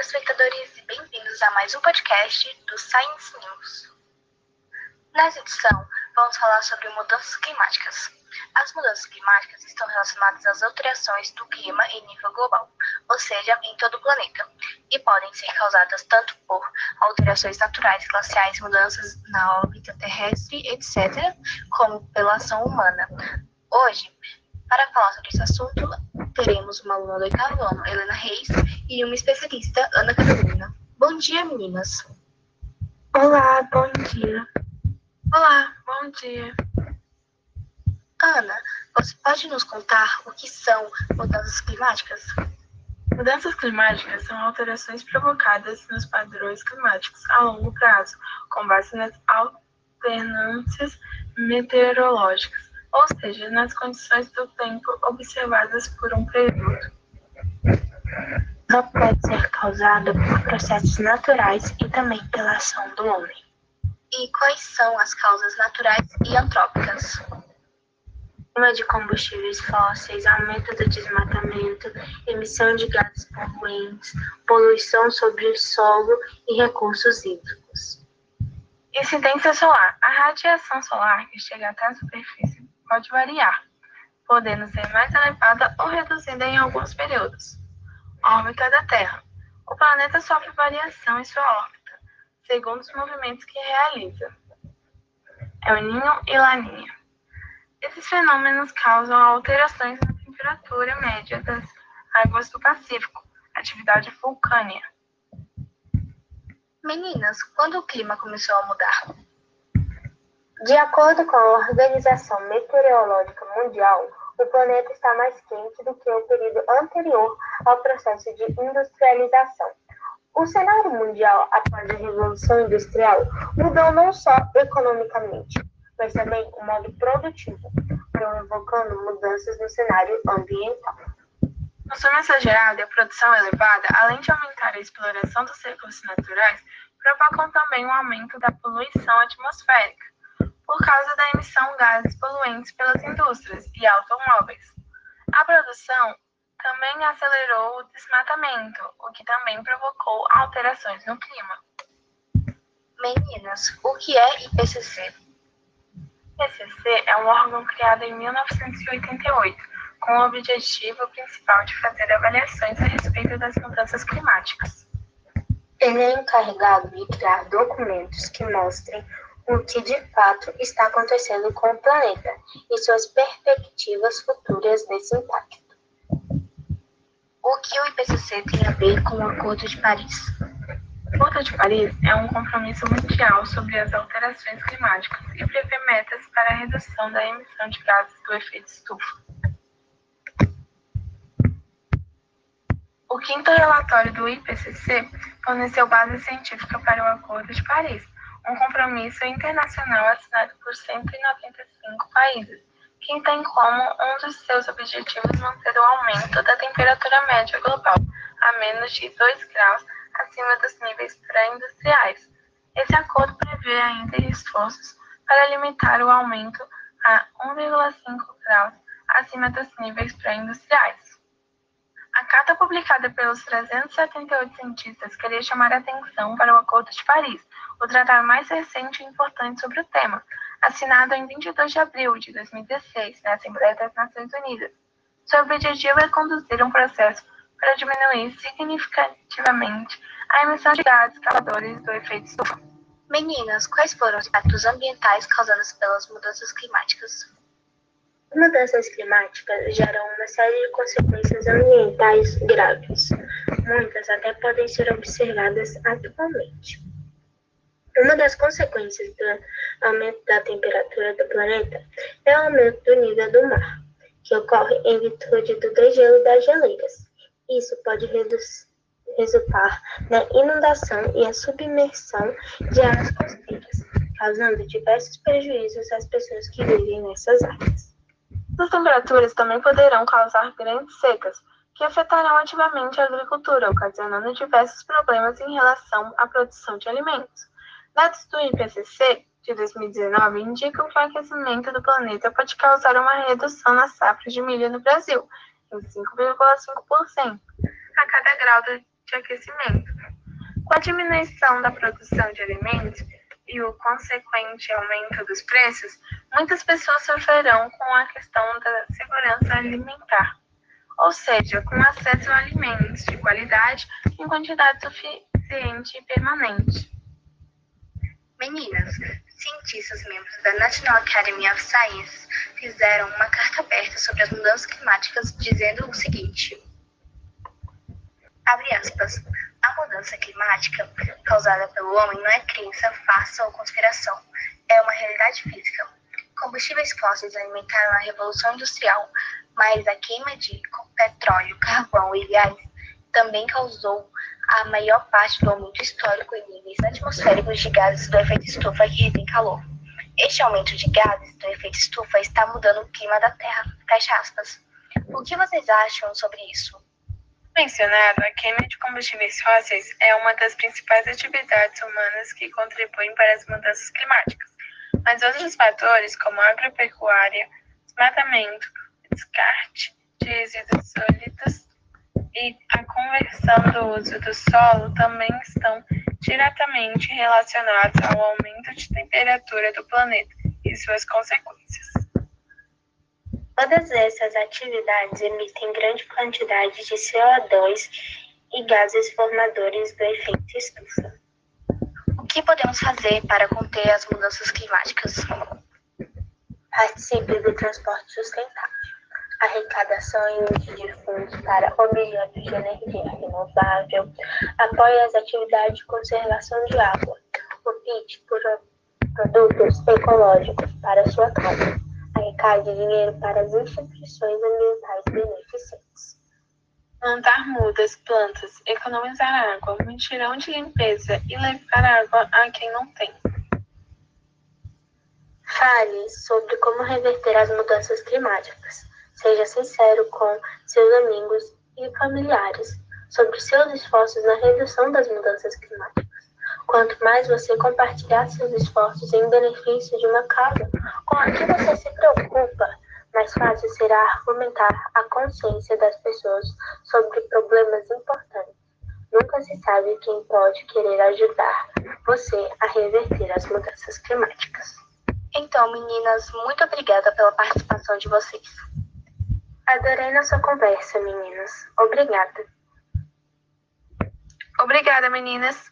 telespectadores, e bem-vindos a mais um podcast do Science News. Nessa edição, vamos falar sobre mudanças climáticas. As mudanças climáticas estão relacionadas às alterações do clima em nível global, ou seja, em todo o planeta, e podem ser causadas tanto por alterações naturais, glaciais, mudanças na órbita terrestre, etc., como pela ação humana. Hoje, para falar sobre esse assunto, teremos uma aluna do oitavo ano, Helena Reis, e uma especialista, Ana Carolina. Bom dia, meninas. Olá, bom dia. Olá, bom dia. Ana, você pode nos contar o que são mudanças climáticas? Mudanças climáticas são alterações provocadas nos padrões climáticos a longo prazo, com base nas alternâncias meteorológicas, ou seja, nas condições do tempo observadas por um período. Ela pode ser causada por processos naturais e também pela ação do homem. E quais são as causas naturais e antrópicas? Queima de combustíveis fósseis, aumento do desmatamento, emissão de gases poluentes, poluição sobre o solo e recursos hídricos. Incidência solar. A radiação solar que chega até a superfície pode variar, podendo ser mais elevada ou reduzida em alguns períodos. Órbita da Terra. O planeta sofre variação em sua órbita, segundo os movimentos que realiza. El Niño e Laninha. Esses fenômenos causam alterações na temperatura média das águas do Pacífico, atividade vulcânica. Meninas, quando o clima começou a mudar? De acordo com a Organização Meteorológica Mundial, o planeta está mais quente do que o período anterior ao processo de industrialização. O cenário mundial após a Revolução Industrial mudou não só economicamente, mas também o modo produtivo, provocando mudanças no cenário ambiental. O consumo exagerado e a produção elevada, além de aumentar a exploração dos recursos naturais, provocam também um aumento da poluição atmosférica, por causa da emissão de gases poluentes pelas indústrias e automóveis. A produção também acelerou o desmatamento, o que também provocou alterações no clima. Meninas, o que é IPCC? IPCC é um órgão criado em 1988, com o objetivo principal de fazer avaliações a respeito das mudanças climáticas. Ele é encarregado de criar documentos que mostrem o que de fato está acontecendo com o planeta e suas perspectivas futuras desse impacto. O que o IPCC tem a ver com o Acordo de Paris? O Acordo de Paris é um compromisso mundial sobre as alterações climáticas e prevê metas para a redução da emissão de gases do efeito estufa. O quinto relatório do IPCC forneceu base científica para o Acordo de Paris, um compromisso internacional assinado por 195 países, que tem como um dos seus objetivos manter o aumento da temperatura média global a menos de 2 graus acima dos níveis pré-industriais. Esse acordo prevê ainda esforços para limitar o aumento a 1,5 graus acima dos níveis pré-industriais. A carta publicada pelos 378 cientistas queria chamar a atenção para o Acordo de Paris, o tratado mais recente e importante sobre o tema, assinado em 22 de abril de 2016 na Assembleia das Nações Unidas. Seu objetivo é conduzir um processo para diminuir significativamente a emissão de gases causadores do efeito estufa. Meninas, quais foram os impactos ambientais causados pelas mudanças climáticas? As mudanças climáticas geram uma série de consequências ambientais graves. Muitas até podem ser observadas atualmente. Uma das consequências do aumento da temperatura do planeta é o aumento do nível do mar, que ocorre em virtude do degelo das geleiras. Isso pode resultar na inundação e a submersão de áreas costeiras, causando diversos prejuízos às pessoas que vivem nessas áreas. As temperaturas também poderão causar grandes secas, que afetarão ativamente a agricultura, ocasionando diversos problemas em relação à produção de alimentos. Dados do IPCC de 2019 indicam que o aquecimento do planeta pode causar uma redução na safra de milho no Brasil, em 5,5% a cada grau de aquecimento, Com a diminuição da produção de alimentos e o consequente aumento dos preços, muitas pessoas sofrerão com a questão da segurança alimentar, ou seja, com acesso a alimentos de qualidade em quantidade suficiente e permanente. Meninas, cientistas membros da National Academy of Sciences fizeram uma carta aberta sobre as mudanças climáticas dizendo o seguinte, abre aspas, a mudança climática causada pelo homem não é crença, farsa ou conspiração, é uma realidade física. Combustíveis fósseis alimentaram a Revolução Industrial, mas a queima de petróleo, carvão e gás também causou a maior parte do aumento histórico em níveis atmosféricos de gases do efeito estufa que retém calor. Este aumento de gases do efeito estufa está mudando o clima da Terra. Fecha aspas. O que vocês acham sobre isso? Mencionado, a queima de combustíveis fósseis é uma das principais atividades humanas que contribuem para as mudanças climáticas, mas outros fatores, como a agropecuária, desmatamento, descarte de resíduos sólidos e a conversão do uso do solo também estão diretamente relacionados ao aumento de temperatura do planeta e suas consequências. Todas essas atividades emitem grande quantidade de CO2 e gases formadores do efeito estufa. O que podemos fazer para conter as mudanças climáticas? Participe do transporte sustentável. Arrecadações de fundos para objetos de energia renovável. Apoie as atividades de conservação de água. Opte por produtos ecológicos para sua casa. Arrecade dinheiro para as instituições ambientais beneficentes. Plantar mudas, plantas, economizar água, mutirão de limpeza e levar água a quem não tem. Fale sobre como reverter as mudanças climáticas. Seja sincero com seus amigos e familiares sobre seus esforços na redução das mudanças climáticas. Quanto mais você compartilhar seus esforços em benefício de uma causa com a que você se preocupa, mais fácil será argumentar a consciência das pessoas sobre problemas importantes. Nunca se sabe quem pode querer ajudar você a reverter as mudanças climáticas. Então, meninas, muito obrigada pela participação de vocês. Adorei nossa conversa, meninas. Obrigada. Obrigada, meninas.